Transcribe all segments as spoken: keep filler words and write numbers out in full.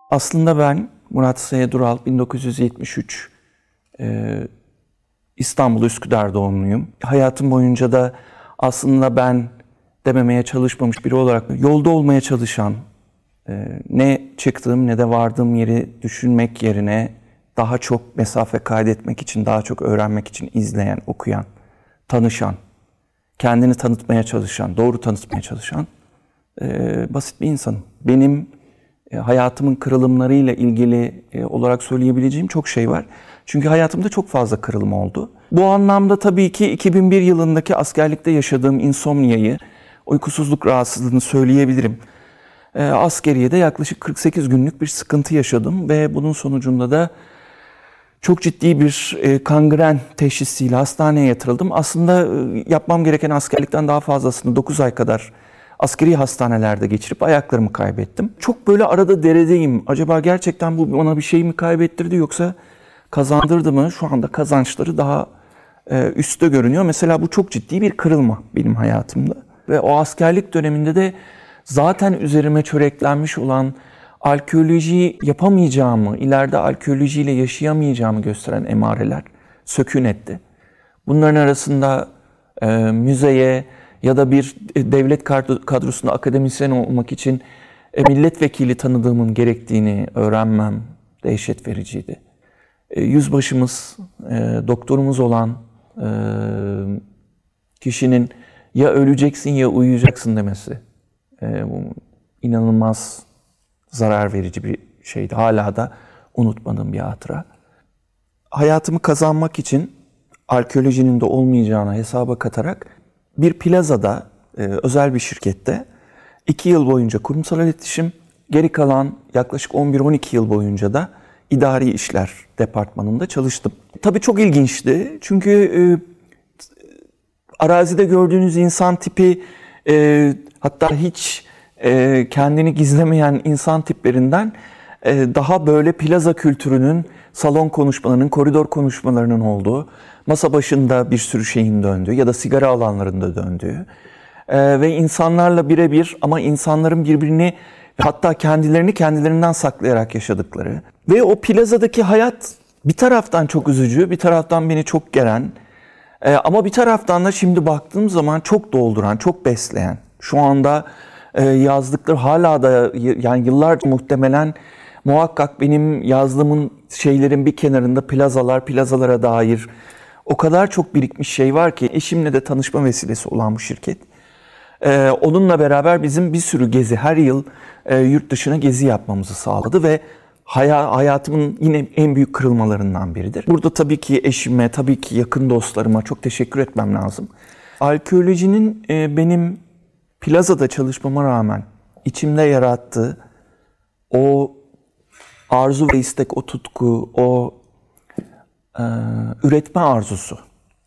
Aslında ben Murat S. Dural, bin dokuz yüz yetmiş üç e, İstanbul Üsküdar doğumluyum. Hayatım boyunca da aslında ben dememeye çalışmamış biri olarak yolda olmaya çalışan, e, ne çıktığım ne de vardığım yeri düşünmek yerine daha çok mesafe kaydetmek için, daha çok öğrenmek için izleyen, okuyan, tanışan, kendini tanıtmaya çalışan, doğru tanıtmaya çalışan e, basit bir insanım. Benim e, hayatımın kırılımlarıyla ilgili e, olarak söyleyebileceğim çok şey var. Çünkü hayatımda çok fazla kırılım oldu. Bu anlamda tabii ki iki bin bir yılındaki askerlikte yaşadığım insomniayı, uykusuzluk rahatsızlığını söyleyebilirim. E, askeriyede yaklaşık kırk sekiz günlük bir sıkıntı yaşadım ve bunun sonucunda da çok ciddi bir e, kangren teşhisiyle hastaneye yatırıldım. Aslında e, yapmam gereken askerlikten daha fazlasını dokuz ay kadar askeri hastanelerde geçirip ayaklarımı kaybettim. Çok böyle arada deredeyim. Acaba gerçekten bu bana bir şey mi kaybettirdi yoksa kazandırdı mı? Şu anda kazançları daha e, üstte görünüyor. Mesela bu çok ciddi bir kırılma benim hayatımda. Ve o askerlik döneminde de zaten üzerime çöreklenmiş olan arkeoloji yapamayacağımı, ileride arkeolojiyle yaşayamayacağımı gösteren emareler sökün etti. Bunların arasında e, müzeye ya da bir devlet kadrosunda akademisyen olmak için e, milletvekili tanıdığımın gerektiğini öğrenmem dehşet vericiydi. E, yüzbaşımız, e, doktorumuz olan e, kişinin ya öleceksin ya uyuyacaksın demesi e, bu inanılmaz zarar verici bir şeydi. Hala da unutmadığım bir hatıra. Hayatımı kazanmak için arkeolojinin de olmayacağını hesaba katarak bir plazada, e, özel bir şirkette iki yıl boyunca kurumsal iletişim, geri kalan yaklaşık on bir on iki yıl boyunca da idari işler departmanında çalıştım. Tabii çok ilginçti. Çünkü e, arazide gördüğünüz insan tipi, e, hatta hiç e, kendini gizlemeyen insan tiplerinden e, daha böyle plaza kültürünün, salon konuşmalarının, koridor konuşmalarının olduğu, masa başında bir sürü şeyin döndüğü ya da sigara alanlarında döndüğü e, ve insanlarla birebir ama insanların birbirini hatta kendilerini kendilerinden saklayarak yaşadıkları ve o plazadaki hayat bir taraftan çok üzücü, bir taraftan beni çok geren e, ama bir taraftan da şimdi baktığım zaman çok dolduran, çok besleyen. Şu anda e, yazdıkları hala da yani yıllarca muhtemelen muhakkak benim yazdığımın şeylerin bir kenarında plazalar, plazalara dair o kadar çok birikmiş şey var ki eşimle de tanışma vesilesi olan bu şirket. Ee, onunla beraber bizim bir sürü gezi, her yıl e, yurt dışına gezi yapmamızı sağladı ve haya, hayatımın yine en büyük kırılmalarından biridir. Burada tabii ki eşime, tabii ki yakın dostlarıma çok teşekkür etmem lazım. Arkeolojinin e, benim plazada çalışmama rağmen içimde yarattığı o arzu ve istek, o tutku, o e, üretme arzusu.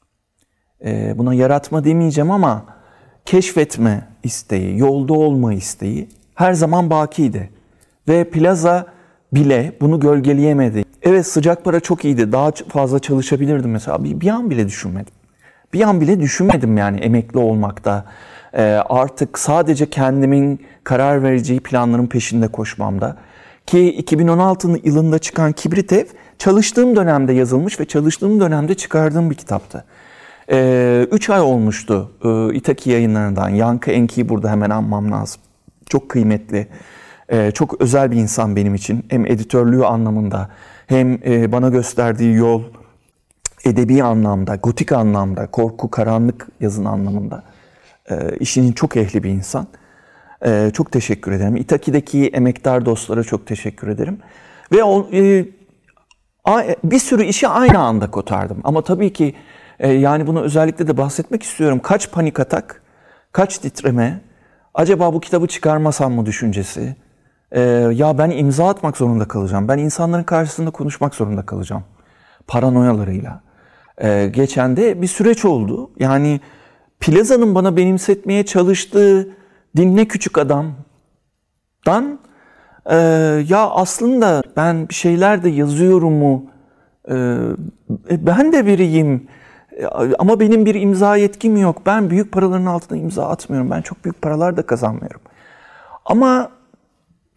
E, buna yaratma demeyeceğim ama keşfetme isteği, yolda olma isteği her zaman bakiydi. Ve plaza bile bunu gölgeleyemedi. Evet, sıcak para çok iyiydi. Daha fazla çalışabilirdim mesela. Bir, bir an bile düşünmedim. Bir an bile düşünmedim yani emekli olmakta. E, artık sadece kendimin karar vereceği planların peşinde koşmamda. Ki iki bin on altı yılında çıkan Kibrit Ev çalıştığım dönemde yazılmış ve çalıştığım dönemde çıkardığım bir kitaptı. Ee, üç ay olmuştu ee, İtaki Yayınları'ndan. Yankı Enki'yi burada hemen anmam lazım. Çok kıymetli, ee, çok özel bir insan benim için. Hem editörlüğü anlamında hem e, bana gösterdiği yol edebi anlamda, gotik anlamda, korku, karanlık yazın anlamında. Ee, işinin çok ehli bir insan. Ee, çok teşekkür ederim. İtaki'deki emektar dostlara çok teşekkür ederim. Ve o, e, bir sürü işi aynı anda kotardım. Ama tabii ki e, yani bunu özellikle de bahsetmek istiyorum. Kaç panik atak, kaç titreme, acaba bu kitabı çıkarmasam mı düşüncesi. E, ya ben imza atmak zorunda kalacağım. Ben insanların karşısında konuşmak zorunda kalacağım. Paranoyalarıyla. E, geçen de bir süreç oldu. Yani plazanın bana benimsetmeye çalıştığı dinle küçük adamdan e, ya aslında ben bir şeyler de yazıyorum mu, e, ben de biriyim e, ama benim bir imza yetkim yok, ben büyük paraların altına imza atmıyorum, ben çok büyük paralar da kazanmıyorum ama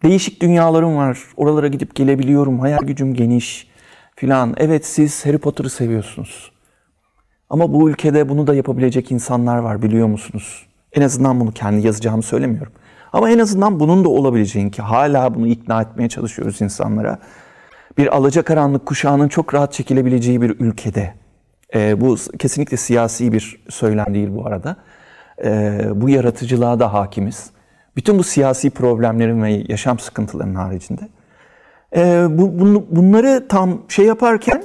Değişik dünyalarım var. Oralara gidip gelebiliyorum. Hayal gücüm geniş filan. Evet, siz Harry Potter'ı seviyorsunuz. Ama bu ülkede bunu da yapabilecek insanlar var, biliyor musunuz? En azından bunu kendi yazacağımı söylemiyorum. Ama en azından bunun da olabileceğini, ki hala bunu ikna etmeye çalışıyoruz insanlara. Bir alacakaranlık kuşağının çok rahat çekilebileceği bir ülkede. Ee, bu kesinlikle siyasi bir söylem değil bu arada. Ee, bu yaratıcılığa da hakimiz. Bütün bu siyasi problemlerin ve yaşam sıkıntılarının haricinde. Ee, bu, bunu, bunları tam şey yaparken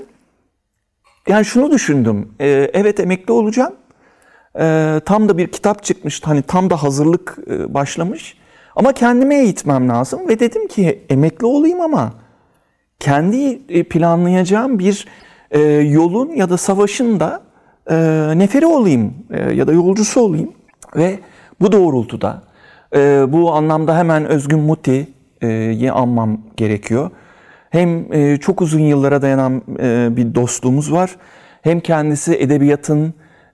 yani şunu düşündüm. Ee, evet, emekli olacağım. Ee, tam da bir kitap çıkmış. Hani tam da hazırlık e, başlamış. Ama kendime eğitmem lazım. Ve dedim ki emekli olayım ama kendi planlayacağım bir e, yolun ya da savaşın da e, neferi olayım e, ya da yolcusu olayım. Ve bu doğrultuda e, bu anlamda hemen Özgün Muti'yi anmam gerekiyor. Hem e, çok uzun yıllara dayanan e, bir dostluğumuz var. Hem kendisi edebiyatın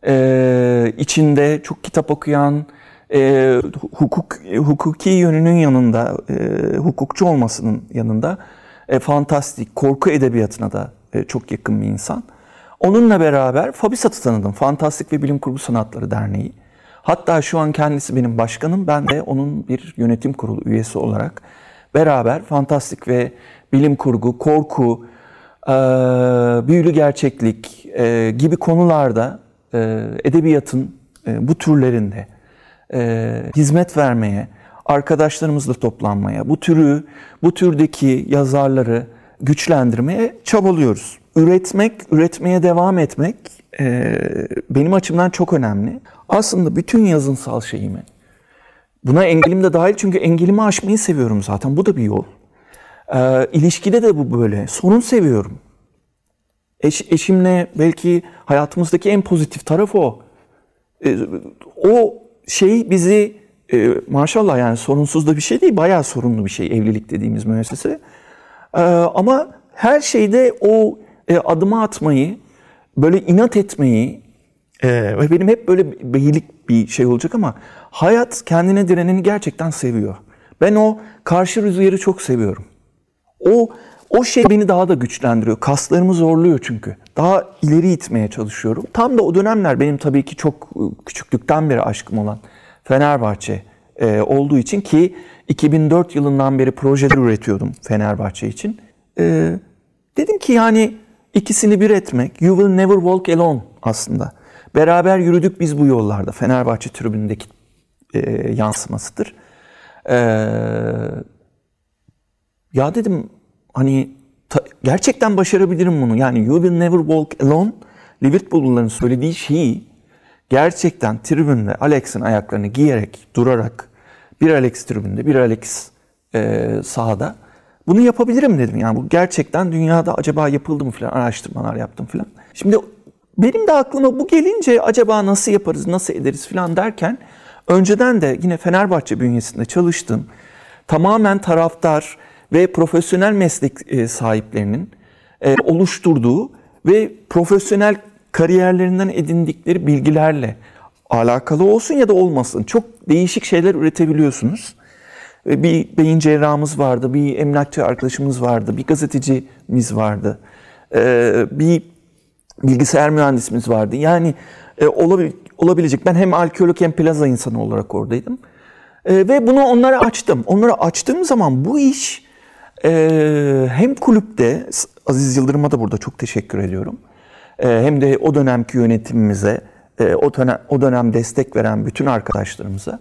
e, içinde çok kitap okuyan, e, hukuk hukuki yönünün yanında, e, hukukçu olmasının yanında e, fantastik, korku edebiyatına da e, çok yakın bir insan. Onunla beraber FABİSAT'ı tanıdım. Fantastik ve Bilim Kurgu Sanatları Derneği. Hatta şu an kendisi benim başkanım. Ben de onun bir yönetim kurulu üyesi olarak beraber fantastik ve bilim kurgu, korku, e, büyülü gerçeklik e, gibi konularda e, edebiyatın e, bu türlerinde e, hizmet vermeye, arkadaşlarımızla toplanmaya, bu türü, bu türdeki yazarları güçlendirmeye çabalıyoruz. Üretmek, üretmeye devam etmek e, benim açımdan çok önemli. Aslında bütün yazınsal şeyimi, buna engelim de dahil çünkü engelimi aşmayı seviyorum zaten. Bu da bir yol. E, ilişkide de bu böyle. Sorun seviyorum. Eş, eşimle belki hayatımızdaki en pozitif taraf o. E, o şey bizi e, maşallah, yani sorunsuz da bir şey değil, bayağı sorunlu bir şey evlilik dediğimiz müessese. E, ama her şeyde o e, adımı atmayı, böyle inat etmeyi e, ve benim hep böyle beylik bir şey olacak ama hayat kendine direneni gerçekten seviyor. Ben o karşı rüzgarı çok seviyorum. O o şey beni daha da güçlendiriyor. Kaslarımı zorluyor çünkü. Daha ileri itmeye çalışıyorum. Tam da o dönemler benim tabii ki çok küçüklükten beri aşkım olan Fenerbahçe e, olduğu için, ki iki bin dört yılından beri projeler üretiyordum Fenerbahçe için. E, dedim ki yani ikisini bir etmek, you will never walk alone aslında. Beraber yürüdük biz bu yollarda. Fenerbahçe tribünündeki e, yansımasıdır. E, ya dedim hani ta, gerçekten başarabilirim bunu. Yani you will never walk alone, Liverpool'luların söylediği şeyi gerçekten tribünde Alex'in ayaklarını giyerek, durarak, bir Alex tribünde, bir Alex e, sahada bunu yapabilirim dedim. Yani bu gerçekten dünyada acaba yapıldı mı falan, araştırmalar yaptım falan. Şimdi benim de aklıma bu gelince acaba nasıl yaparız, nasıl ederiz falan derken önceden de yine Fenerbahçe bünyesinde çalıştım. Tamamen taraftar ve profesyonel meslek sahiplerinin oluşturduğu ve profesyonel kariyerlerinden edindikleri bilgilerle alakalı olsun ya da olmasın çok değişik şeyler üretebiliyorsunuz. Bir beyin cerrahımız vardı, bir emlakçı arkadaşımız vardı, bir gazetecimiz vardı, bir bilgisayar mühendisimiz vardı. Yani olabilecek, ben hem arkeolog hem plaza insanı olarak oradaydım. Ve bunu onlara açtım. Onlara açtığım zaman bu iş hem kulüpte, Aziz Yıldırım'a da burada çok teşekkür ediyorum, hem de o dönemki yönetimimize, o dönem, o dönem destek veren bütün arkadaşlarımıza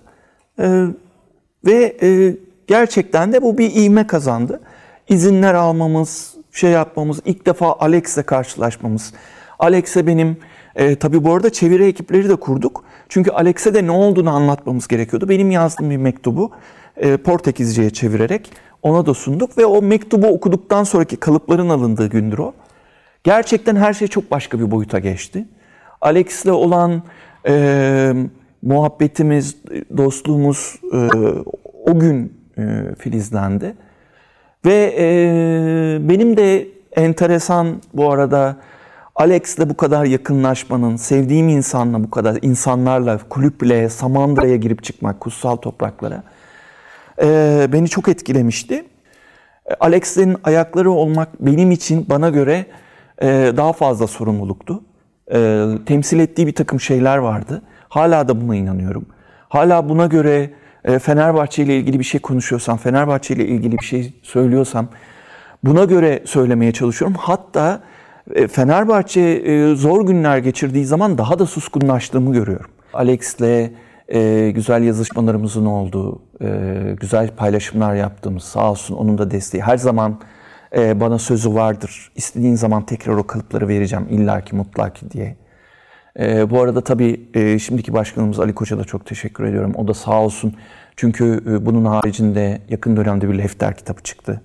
ve gerçekten de bu bir ivme kazandı. İzinler almamız, şey yapmamız, ilk defa Alex'le karşılaşmamız. Alex'e benim, e, tabii bu arada çeviri ekipleri de kurduk. Çünkü Alex'e de ne olduğunu anlatmamız gerekiyordu. Benim yazdığım bir mektubu e, Portekizce'ye çevirerek ona da sunduk. Ve o mektubu okuduktan sonraki kalıpların alındığı gündür o. Gerçekten her şey çok başka bir boyuta geçti. Alex'le olan e, muhabbetimiz, dostluğumuz e, o gün e, filizlendi. Ve e, benim de enteresan bu arada Alex'le bu kadar yakınlaşmanın, sevdiğim insanla bu kadar, insanlarla, kulüple, Samandıra'ya girip çıkmak, kutsal topraklara. e, beni çok etkilemişti. Alex'lerin ayakları olmak benim için bana göre e, daha fazla sorumluluktu. E, temsil ettiği bir takım şeyler vardı. Hala da buna inanıyorum. Hala buna göre e, Fenerbahçe ile ilgili bir şey konuşuyorsam, Fenerbahçe ile ilgili bir şey söylüyorsam buna göre söylemeye çalışıyorum. Hatta e, Fenerbahçe e, zor günler geçirdiği zaman daha da suskunlaştığımı görüyorum. Alex'le e, güzel yazışmalarımızın olduğu, e, güzel paylaşımlar yaptığımız, sağ olsun onun da desteği. Her zaman e, bana sözü vardır. İstediğin zaman tekrar o kalıpları vereceğim illaki mutlaki diye. E, bu arada tabii e, şimdiki başkanımız Ali Koç'a da çok teşekkür ediyorum. O da sağ olsun. Çünkü e, bunun haricinde yakın dönemde bir Lefter kitabı çıktı.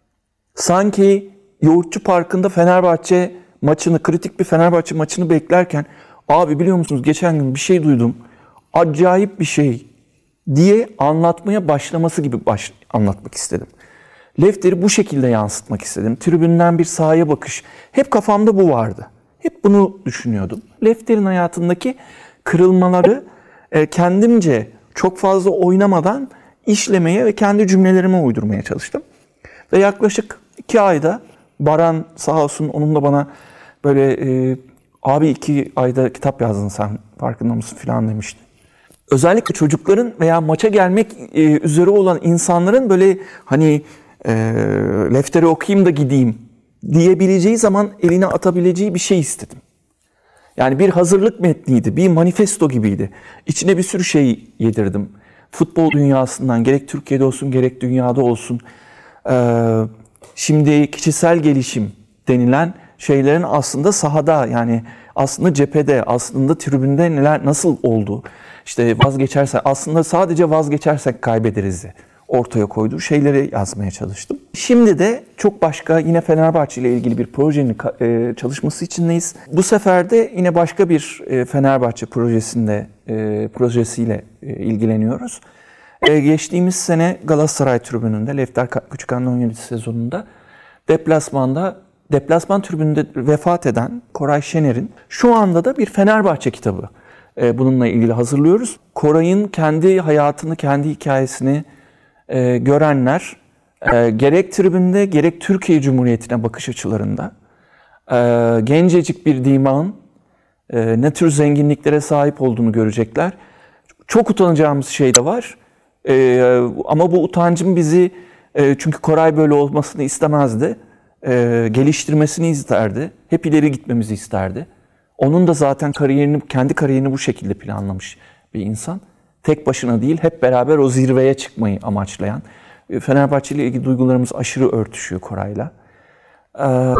Sanki Yoğurtçu Parkı'nda Fenerbahçe maçını, kritik bir Fenerbahçe maçını beklerken abi biliyor musunuz geçen gün bir şey duydum. Acayip bir şey diye anlatmaya başlaması gibi baş, anlatmak istedim. Lefter'i bu şekilde yansıtmak istedim. Tribünden bir sahaya bakış. Hep kafamda bu vardı. Hep bunu düşünüyordum. Lefter'in hayatındaki kırılmaları e, kendimce çok fazla oynamadan işlemeye ve kendi cümlelerime uydurmaya çalıştım. Ve yaklaşık iki ayda Baran sağ olsun onun da bana böyle e, abi iki ayda kitap yazdın sen farkında mısın filan demişti. Özellikle çocukların veya maça gelmek e, üzere olan insanların böyle hani e, Lefter'i okuyayım da gideyim diyebileceği zaman eline atabileceği bir şey istedim. Yani bir hazırlık metniydi, bir manifesto gibiydi. İçine bir sürü şey yedirdim. Futbol dünyasından gerek Türkiye'de olsun gerek dünyada olsun. Ee, şimdi kişisel gelişim denilen şeylerin aslında sahada yani aslında cephede, aslında tribünde neler nasıl oldu? İşte vazgeçersek aslında sadece vazgeçersek kaybederiz ortaya koyduğu şeyleri yazmaya çalıştım. Şimdi de çok başka yine Fenerbahçe ile ilgili bir projenin çalışması içindeyiz. Bu sefer de yine başka bir Fenerbahçe projesinde projesiyle ilgileniyoruz. Geçtiğimiz sene Galatasaray tribününde Lefter Küçükhan'ın on yedinci sezonunda deplasmanda deplasman tribününde vefat eden Koray Şener'in şu anda da bir Fenerbahçe kitabı bununla ilgili hazırlıyoruz. Koray'ın kendi hayatını, kendi hikayesini e, görenler e, gerek tribünde gerek Türkiye Cumhuriyeti'ne bakış açılarında e, gencecik bir dimağın e, ne tür zenginliklere sahip olduğunu görecekler. Çok utanacağımız şey de var. E, ama bu utancım bizi e, çünkü Koray böyle olmasını istemezdi. E, geliştirmesini isterdi. Hep ileri gitmemizi isterdi. Onun da zaten kariyerini, kendi kariyerini bu şekilde planlamış bir insan. Tek başına değil, hep beraber o zirveye çıkmayı amaçlayan. Fenerbahçe ile ilgili duygularımız aşırı örtüşüyor Koray'la. Ee,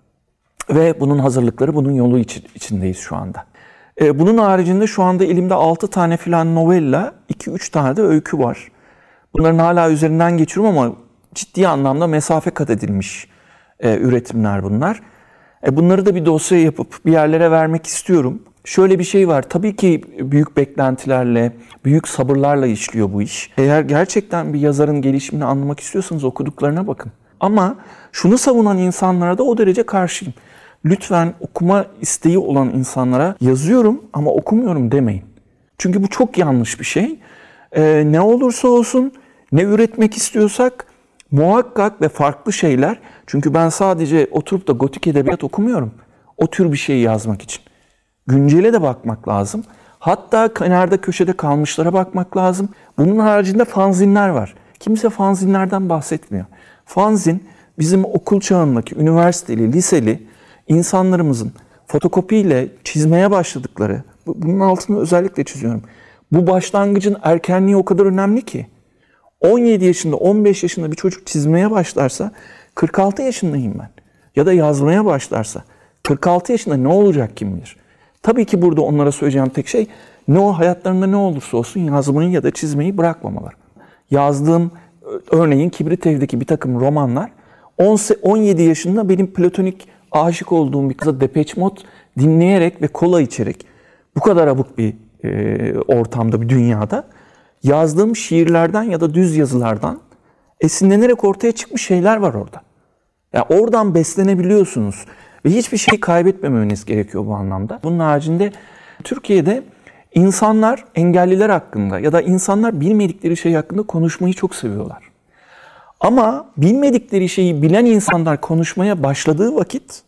ve bunun hazırlıkları, bunun yolu için, içindeyiz şu anda. Ee, bunun haricinde şu anda elimde altı tane filan novella, iki üç tane de öykü var. Bunların hala üzerinden geçiyorum ama ciddi anlamda mesafe kat edilmiş e, üretimler bunlar. E, bunları da bir dosya yapıp bir yerlere vermek istiyorum. Şöyle bir şey var. Tabii ki büyük beklentilerle, büyük sabırlarla işliyor bu iş. Eğer gerçekten bir yazarın gelişimini anlamak istiyorsanız okuduklarına bakın. Ama şunu savunan insanlara da o derece karşıyım. Lütfen okuma isteği olan insanlara yazıyorum ama okumuyorum demeyin. Çünkü bu çok yanlış bir şey. Ee, ne olursa olsun, ne üretmek istiyorsak muhakkak ve farklı şeyler. Çünkü ben sadece oturup da gotik edebiyat okumuyorum. O tür bir şey yazmak için. Güncele de bakmak lazım. Hatta kenarda köşede kalmışlara bakmak lazım. Bunun haricinde fanzinler var. Kimse fanzinlerden bahsetmiyor. Fanzin bizim okul çağındaki, üniversiteli, liseli insanlarımızın fotokopiyle çizmeye başladıkları, bunun altını özellikle çiziyorum. Bu başlangıcın erkenliği o kadar önemli ki. on yedi yaşında, on beş yaşında bir çocuk çizmeye başlarsa kırk altı yaşındayım ben. Ya da yazmaya başlarsa kırk altı yaşında ne olacak kim bilir. Tabii ki burada onlara söyleyeceğim tek şey ne o hayatlarında ne olursa olsun yazmayı ya da çizmeyi bırakmamaları. Yazdığım örneğin Kibrit Ev'deki bir takım romanlar on yedi yaşında benim platonik aşık olduğum bir kıza Depeche Mode dinleyerek ve kola içerek bu kadar abuk bir e, ortamda, bir dünyada yazdığım şiirlerden ya da düz yazılardan esinlenerek ortaya çıkmış şeyler var orada. Yani oradan beslenebiliyorsunuz ve hiçbir şey kaybetmemeniz gerekiyor bu anlamda. Bunun haricinde Türkiye'de İnsanlar engelliler hakkında ya da insanlar bilmedikleri şey hakkında konuşmayı çok seviyorlar. Ama bilmedikleri şeyi bilen insanlar konuşmaya başladığı vakit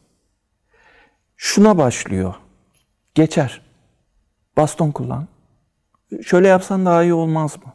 şuna başlıyor. Geçer. Baston kullan. Şöyle yapsan daha iyi olmaz mı?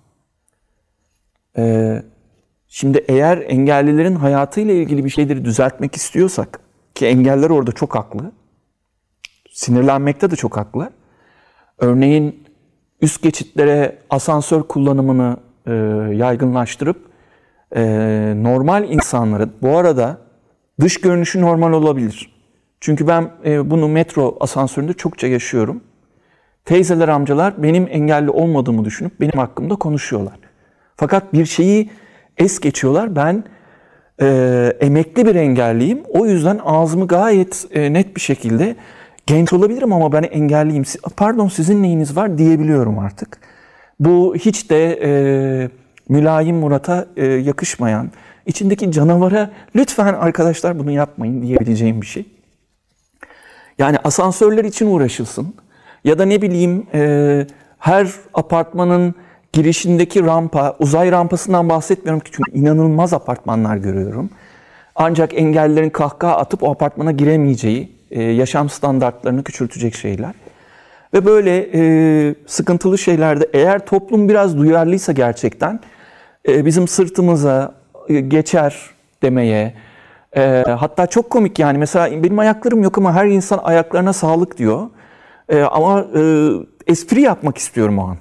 Ee, şimdi eğer engellilerin hayatıyla ilgili bir şeyleri düzeltmek istiyorsak, ki engeller orada çok haklı, sinirlenmekte de çok haklı. Örneğin üst geçitlere asansör kullanımını e, yaygınlaştırıp e, normal insanların, bu arada dış görünüşü normal olabilir. Çünkü ben e, bunu metro asansöründe çokça yaşıyorum. Teyzeler, amcalar benim engelli olmadığımı düşünüp benim hakkımda konuşuyorlar. Fakat bir şeyi es geçiyorlar. Ben e, emekli bir engelliyim. O yüzden ağzımı gayet e, net bir şekilde genç olabilirim ama ben engelliyim. Pardon, sizin neyiniz var diyebiliyorum artık. Bu hiç de e, Mülayim Murat'a e, yakışmayan, içindeki canavara lütfen arkadaşlar bunu yapmayın diyebileceğim bir şey. Yani asansörler için uğraşılsın. Ya da ne bileyim e, her apartmanın girişindeki rampa, uzay rampasından bahsetmiyorum ki çünkü inanılmaz apartmanlar görüyorum. Ancak engellilerin kahkaha atıp o apartmana giremeyeceği, e, yaşam standartlarını küçültecek şeyler. Ve böyle e, sıkıntılı şeylerde eğer toplum biraz duyarlıysa gerçekten e, bizim sırtımıza e, geçer demeye, e, hatta çok komik yani mesela benim ayaklarım yok ama her insan ayaklarına sağlık diyor. E, ama e, espri yapmak istiyorum o an.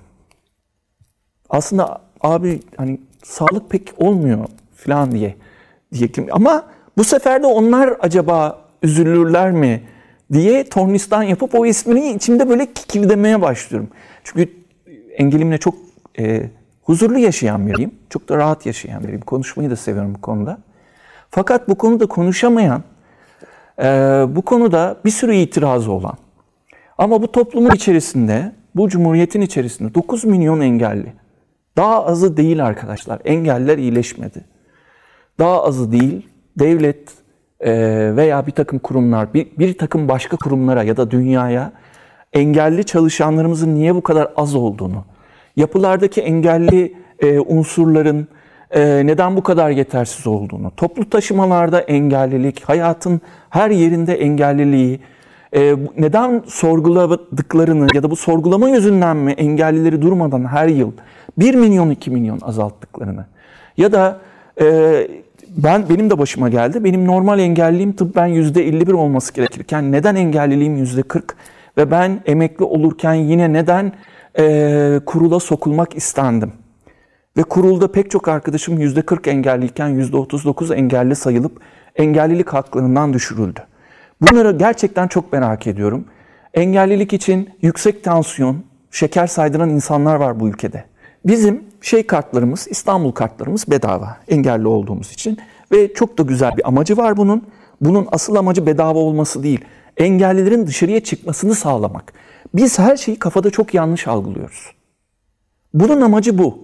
Aslında abi hani sağlık pek olmuyor falan diye. diye. Ama bu sefer de onlar acaba üzülürler mi diye tornistan yapıp o espriyi içimde böyle kikirdemeye başlıyorum. Çünkü engelimle çok e, huzurlu yaşayan biriyim. Çok da rahat yaşayan biriyim. Konuşmayı da seviyorum bu konuda. Fakat bu konuda konuşamayan, e, bu konuda bir sürü itirazı olan ama bu toplumun içerisinde, bu cumhuriyetin içerisinde dokuz milyon engelli. Daha azı değil arkadaşlar. Engelliler iyileşmedi. Daha azı değil. Devlet veya bir takım kurumlar, bir, bir takım başka kurumlara ya da dünyaya engelli çalışanlarımızın niye bu kadar az olduğunu, yapılardaki engelli e, unsurların e, neden bu kadar yetersiz olduğunu, toplu taşımalarda engellilik, hayatın her yerinde engelliliği, e, neden sorguladıklarını ya da bu sorgulama yüzünden mi engellileri durmadan her yıl bir milyon iki milyon azalttıklarını ya da e, ben benim de başıma geldi. Benim normal engelliliğim tıbben yüzde elli bir olması gerekirken neden engelliliğim yüzde kırk ve ben emekli olurken yine neden e, kurula sokulmak istendim? Ve kurulda pek çok arkadaşım yüzde kırk engelliyken yüzde otuz dokuz engelli sayılıp engellilik haklarından düşürüldü. Bunları gerçekten çok merak ediyorum. Engellilik için yüksek tansiyon, şeker saydıran insanlar var bu ülkede. Bizim şey kartlarımız, İstanbul kartlarımız bedava engelli olduğumuz için ve çok da güzel bir amacı var bunun. Bunun asıl amacı bedava olması değil, engellilerin dışarıya çıkmasını sağlamak. Biz her şeyi kafada çok yanlış algılıyoruz. Bunun amacı bu.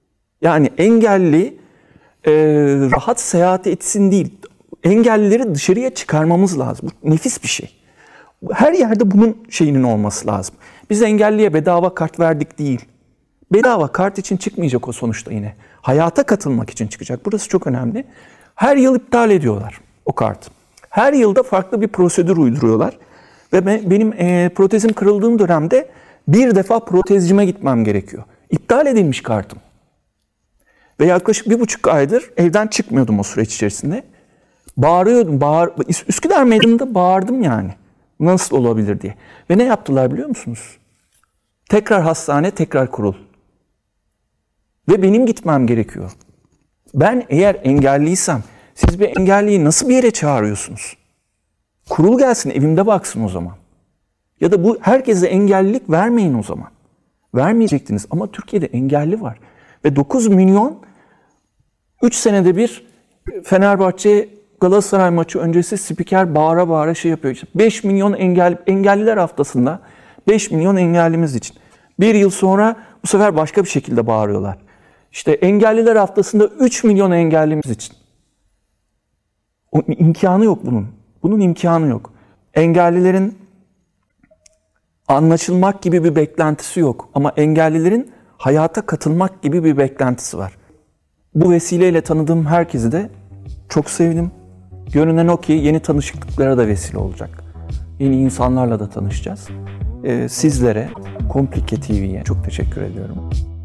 Yani engelli e, rahat seyahat etsin değil, engellileri dışarıya çıkarmamız lazım. Bu nefis bir şey. Her yerde bunun şeyinin olması lazım. Biz engelliye bedava kart verdik değil. Bedava kart için çıkmayacak o sonuçta yine. Hayata katılmak için çıkacak. Burası çok önemli. Her yıl iptal ediyorlar o kartı. Her yılda farklı bir prosedür uyduruyorlar. Ve ben, benim e, protezim kırıldığım dönemde bir defa protezcime gitmem gerekiyor. İptal edilmiş kartım. Ve yaklaşık bir buçuk aydır evden çıkmıyordum o süreç içerisinde. Bağırıyordum. Bağır, Üsküdar Meydanı'nda bağırdım yani. Nasıl olabilir diye. Ve ne yaptılar biliyor musunuz? Tekrar hastane, tekrar kurul. Ve benim gitmem gerekiyor. Ben eğer engelliysem siz bir engelliyi nasıl bir yere çağırıyorsunuz? Kurul gelsin evimde baksın o zaman. Ya da bu herkese engellilik vermeyin o zaman. Vermeyecektiniz ama Türkiye'de engelli var. Ve dokuz milyon üç senede bir Fenerbahçe Galatasaray maçı öncesi spiker bağıra bağıra şey yapıyor. İşte beş milyon engel, engelliler haftasında beş milyon engellimiz için. Bir yıl sonra bu sefer başka bir şekilde bağırıyorlar. İşte engelliler haftasında üç milyon engellimiz için. O imkanı yok bunun. Bunun imkanı yok. Engellilerin anlaşılmak gibi bir beklentisi yok. Ama engellilerin hayata katılmak gibi bir beklentisi var. Bu vesileyle tanıdığım herkesi de çok sevdim. Görünen o ki yeni tanışıklıklara da vesile olacak. Yeni insanlarla da tanışacağız. Ee, sizlere, Komplike T V'ye çok teşekkür ediyorum.